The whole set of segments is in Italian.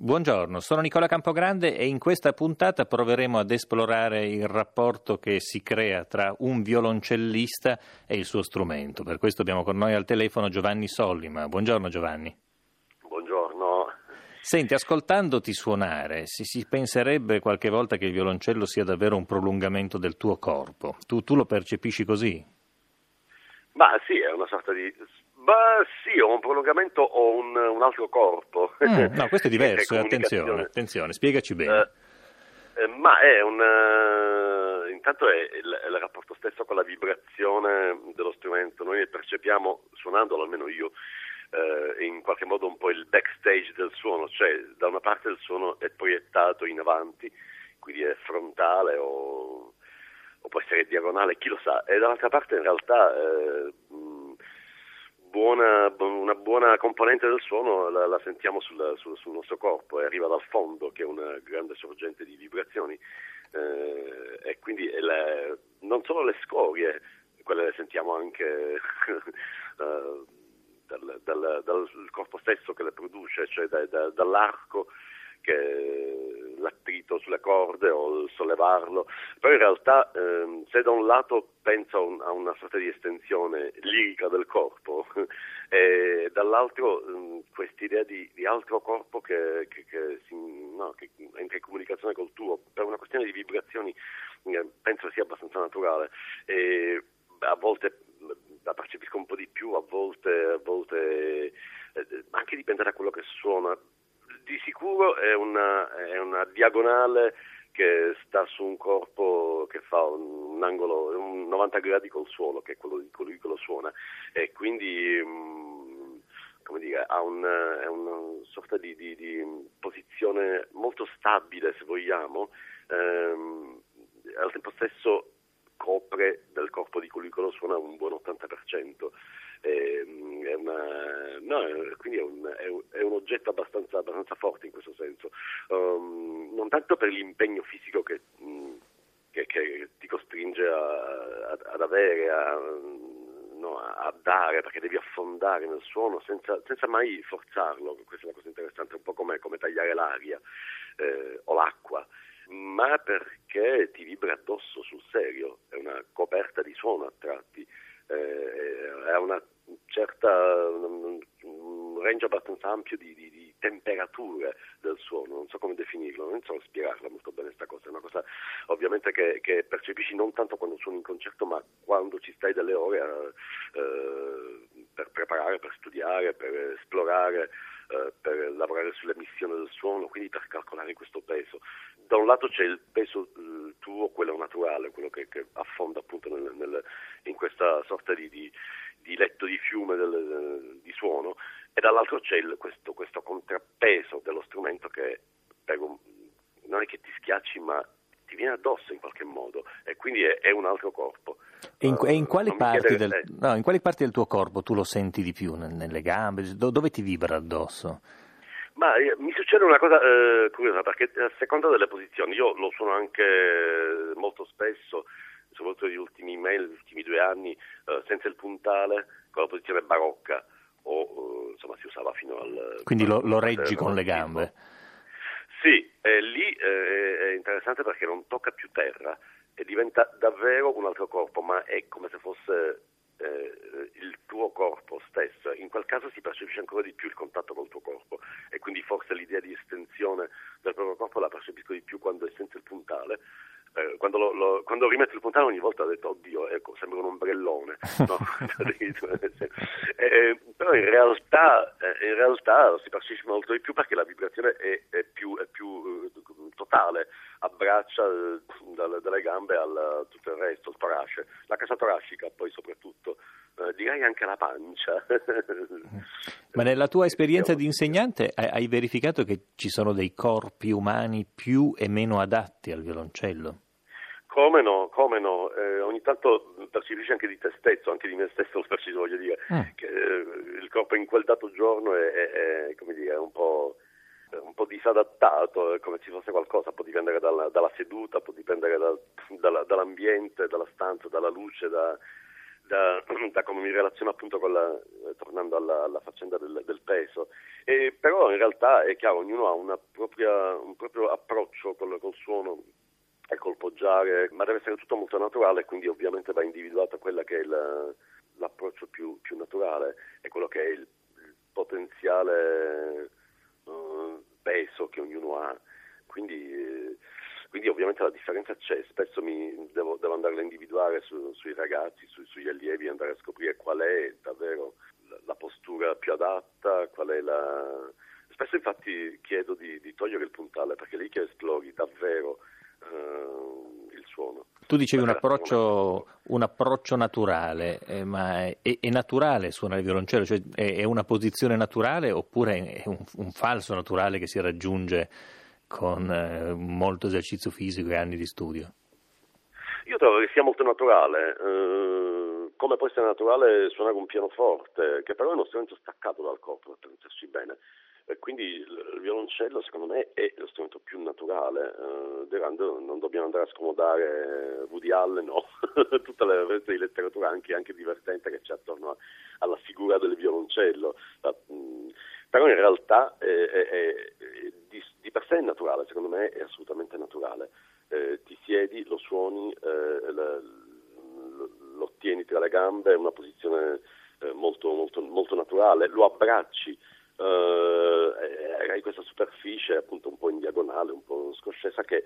Buongiorno, sono Nicola Campogrande e in questa puntata proveremo ad esplorare il rapporto che si crea tra un violoncellista e il suo strumento. Per questo abbiamo con noi al telefono Giovanni Sollima. Buongiorno Giovanni. Buongiorno. Senti, ascoltandoti suonare, si penserebbe qualche volta che il violoncello sia davvero un prolungamento del tuo corpo. Tu lo percepisci così? Ma sì, è una sorta di... sì, ho un prolungamento o un altro corpo. No, questo è diverso, attenzione, spiegaci bene. Ma è intanto è il rapporto stesso con la vibrazione dello strumento. Noi ne percepiamo, suonandolo, almeno io, in qualche modo un po' il backstage del suono, cioè da una parte il suono è proiettato in avanti, quindi è frontale o può essere diagonale, chi lo sa, e dall'altra parte in realtà una buona componente del suono la sentiamo sul nostro corpo e arriva dal fondo, che è una grande sorgente di vibrazioni, e quindi non solo le scorie, quelle le sentiamo anche dal corpo stesso che le produce, cioè dall'arco, che l'attrito sulle corde o il sollevarlo, però in realtà se da un lato penso a una sorta di estensione lirica del corpo e dall'altro quest'idea di altro corpo che entra in comunicazione col tuo per una questione di vibrazioni, penso sia abbastanza naturale, e a volte la percepisco un po' di più, a volte anche dipende da quello che suona. Di sicuro è una diagonale che sta su un corpo che fa un angolo, un 90 gradi col suolo, che è quello di colui che lo suona, e quindi come dire, è una sorta di posizione molto stabile, se vogliamo, al tempo stesso copre del corpo di colui che lo suona un buon 80%. Quindi è un oggetto abbastanza forte in questo senso, non tanto per l'impegno fisico che ti costringe ad avere, a dare, perché devi affondare nel suono senza mai forzarlo. Questa è una cosa interessante, un po' come tagliare l'aria o l'acqua, ma perché ti vibra addosso sul serio, è una coperta di suono a tratti, ha una certa un range abbastanza ampio di temperature del suono, non so come definirlo, non so spiegarla molto bene sta cosa, è una cosa ovviamente che percepisci non tanto quando suoni in concerto, ma quando ci stai delle ore per preparare, per studiare, per esplorare, per lavorare sull'emissione del suono, quindi per calcolare questo peso. Da un lato c'è il peso tuo, quello naturale, quello che affonda appunto in questa sorta di letto di fiume di suono, e dall'altro c'è questo contrappeso dello strumento che non è che ti schiacci, ma ti viene addosso in qualche modo, e quindi è un altro corpo. E in quali parti del tuo corpo tu lo senti di più? Nelle gambe? Dove ti vibra addosso? Ma mi succede una cosa curiosa, perché a seconda delle posizioni, io lo suono anche molto spesso, soprattutto negli ultimi 2 anni, senza il puntale, con la posizione barocca, o insomma si usava fino al... Quindi lo reggi con le gambe? Sì, lì è interessante perché non tocca più terra e diventa davvero un altro corpo, ma è come se fosse il tuo corpo stesso. In quel caso si percepisce ancora di più il contatto col tuo corpo, e quindi forse l'idea di estensione del proprio corpo la percepisco di più quando è senza il puntale. Quando rimetto il puntale ogni volta ho detto oddio, ecco, sembra un ombrellone, no? Però in realtà si percepisce molto di più, perché la vibrazione è più totale, abbraccia dalle gambe al tutto il resto, il torace, la cassa toracica poi soprattutto, direi anche la pancia. Ma nella tua esperienza di insegnante hai verificato che ci sono dei corpi umani più e meno adatti al violoncello? Come no, ogni tanto percepisci anche di te stesso, anche di me stesso lo percepisco, voglio dire, che il corpo in quel dato giorno è come dire, un po' disadattato, è come se fosse qualcosa, può dipendere dalla seduta, può dipendere dall'ambiente, dalla stanza, dalla luce, da come mi relaziono appunto tornando alla faccenda del peso. Però in realtà è chiaro, ognuno ha un proprio approccio col suono e col poggiare, ma deve essere tutto molto naturale, quindi ovviamente va individuata quella che è l'approccio più naturale e quello che è il potenziale peso che ognuno ha. Quindi ovviamente la differenza c'è, spesso devo andarla a individuare sui ragazzi, sugli allievi, andare a scoprire qual è davvero la postura più adatta, Spesso infatti chiedo di togliere il puntale, perché è lì che esplori davvero il suono. Tu dicevi un approccio naturale, ma è naturale suonare il violoncello? Cioè è una posizione naturale oppure è un falso naturale che si raggiunge con molto esercizio fisico e anni di studio? Io trovo che sia molto naturale, come può essere naturale suonare un pianoforte, che però è uno strumento staccato dal corpo, per pensarci bene. E quindi il violoncello secondo me è lo strumento più naturale, non dobbiamo andare a scomodare Woody Allen, no? Tutta la rete di letteratura anche divertente che c'è attorno alla figura del violoncello, però in realtà di per sé è naturale, secondo me è assolutamente naturale. Ti siedi, lo suoni, lo ottieni tra le gambe, è una posizione molto, molto, molto naturale, lo abbracci. Hai questa superficie appunto un po' in diagonale, un po' scoscesa che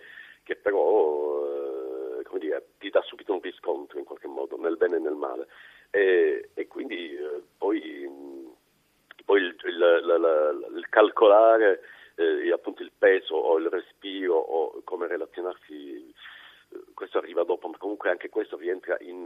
però come dire, ti dà subito un riscontro in qualche modo, nel bene e nel male, e quindi poi il calcolare appunto il peso o il respiro o come relazionarsi, questo arriva dopo, ma comunque anche questo rientra in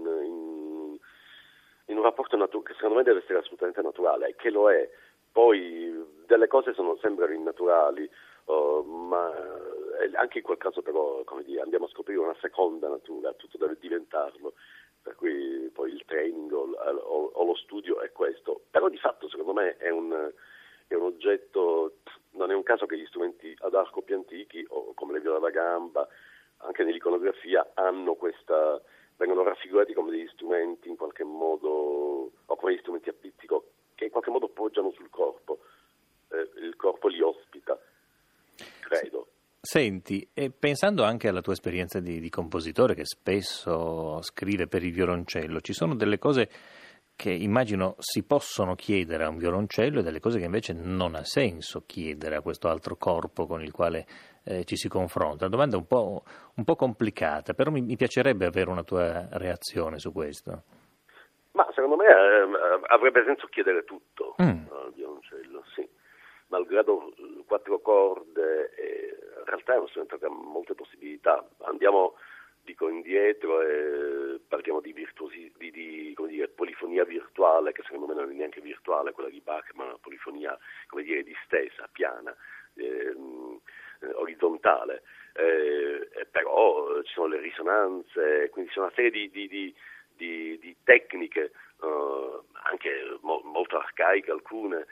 un rapporto che secondo me deve essere assolutamente naturale, che lo è. Poi delle cose sembrano innaturali, ma anche in quel caso però, come dire, andiamo a scoprire una seconda natura, tutto deve diventarlo, per cui poi il training o lo studio è questo. Però di fatto secondo me è un oggetto, non è un caso che gli strumenti ad arco più antichi, o come le viola da gamba, anche nell'iconografia, vengono raffigurati come degli strumenti in qualche modo, o come degli strumenti a pizzico, che in qualche modo poggiano sul corpo, il corpo li ospita, credo. Senti, e pensando anche alla tua esperienza di compositore che spesso scrive per il violoncello, ci sono delle cose che immagino si possono chiedere a un violoncello e delle cose che invece non ha senso chiedere a questo altro corpo con il quale ci si confronta. Una domanda un po' complicata, però mi piacerebbe avere una tua reazione su questo. Ma secondo me avrebbe senso chiedere tutto al violoncello, sì. Malgrado quattro corde, in realtà è uno strumento che ha molte possibilità. Andiamo, indietro e parliamo di come dire, polifonia virtuale, che secondo me non è neanche virtuale quella di Bach, ma una polifonia, come dire, distesa, piana, orizzontale. Però ci sono le risonanze, quindi c'è una serie di tecniche, anche molto arcaiche alcune,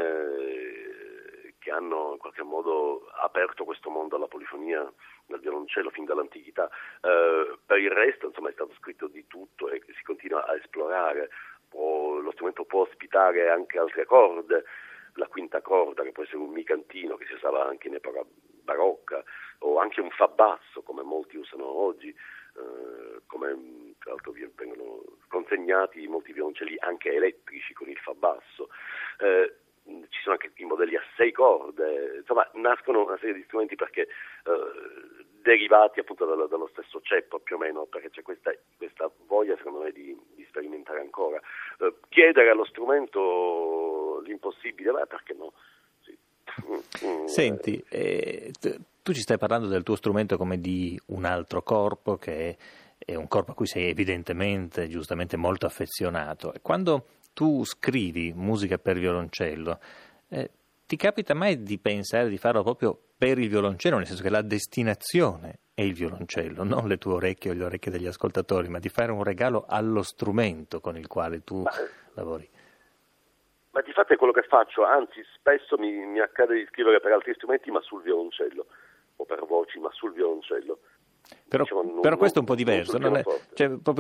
che hanno in qualche modo aperto questo mondo alla polifonia del violoncello fin dall'antichità. Per il resto, insomma, è stato scritto di tutto e si continua a esplorare. Lo strumento può ospitare anche altre corde, la quinta corda, che può essere un micantino che si usava anche in epoca barocca, o anche un fa basso, come molti usano oggi, come tra l'altro vengono consegnati molti violoncelli anche elettrici con il fa basso. Ci sono anche i modelli a 6 corde, insomma nascono una serie di strumenti perché derivati appunto dallo stesso ceppo più o meno, perché c'è questa voglia secondo me di sperimentare ancora. Chiedere allo strumento l'impossibile, perché no? Sì. Senti, tu ci stai parlando del tuo strumento come di un altro corpo che è un corpo a cui sei evidentemente, giustamente molto affezionato. E quando tu scrivi musica per violoncello, ti capita mai di pensare di farlo proprio per il violoncello, nel senso che la destinazione è il violoncello, non le tue orecchie o le orecchie degli ascoltatori, ma di fare un regalo allo strumento con il quale tu lavori? Ma di fatto è quello che faccio, anzi spesso mi accade di scrivere per altri strumenti ma sul violoncello, o per voci ma sul violoncello. Però questo è un po' diverso, non è, cioè proprio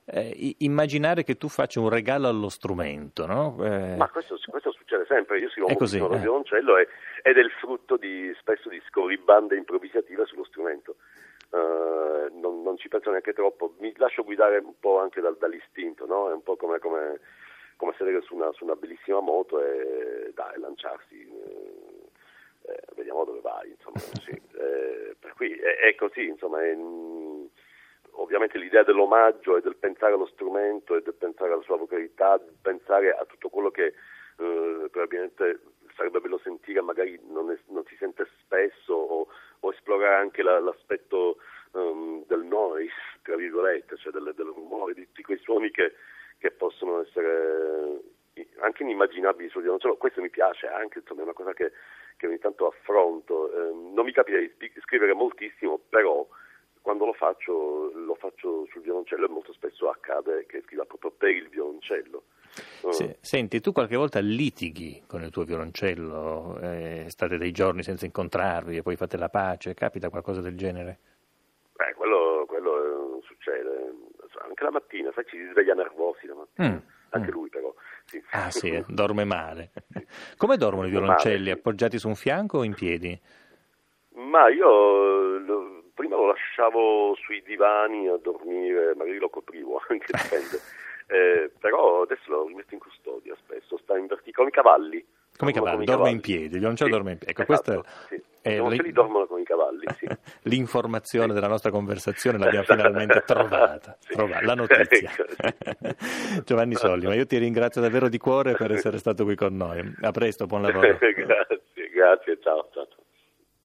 immaginare che tu faccia un regalo allo strumento, no? Ma questo succede sempre, io scrivo moltissimo lo violoncello ed è il frutto spesso di scorribande improvvisative sullo strumento. Non ci penso neanche troppo, mi lascio guidare un po' anche dall'istinto, no? È un po' come sedere su una bellissima moto e lanciarsi, vediamo dove vai, insomma. Sì. Per cui è così, insomma. Ovviamente l'idea dell'omaggio e del pensare allo strumento e del pensare alla sua vocalità, pensare a tutto quello che probabilmente sarebbe bello sentire, magari non si sente spesso, o esplorare anche l'aspetto del noise, tra virgolette, cioè del rumore, di tutti quei suoni che possono essere anche inimmaginabili sul violoncello. Questo mi piace anche, insomma, è una cosa che ogni tanto affronto. Non mi capita di scrivere moltissimo, però quando lo faccio sul violoncello, e molto spesso accade che scriva proprio per il violoncello. Senti, tu qualche volta litighi con il tuo violoncello, state dei giorni senza incontrarvi e poi fate la pace, capita qualcosa del genere? Quello succede, anche la mattina, sai, ci si sveglia nervosi la mattina, anche lui però. Sì. Ah sì, dorme male. Sì. Come dormono i violoncelli, sì. Appoggiati su un fianco o in piedi? Ma io prima lo lasciavo sui divani a dormire, magari lo coprivo, anche dipende. Però adesso lo rimetto in custodia spesso, sta invertito come i cavalli. Come i cavalli, dorme in piedi, il violoncello dorme in piedi. Ecco, esatto, questa è dormono come i cavalli, sì. L'informazione della nostra conversazione l'abbiamo finalmente trovata, la notizia. Giovanni Solli, ma io ti ringrazio davvero di cuore per essere stato qui con noi. A presto, buon lavoro. Grazie, ciao.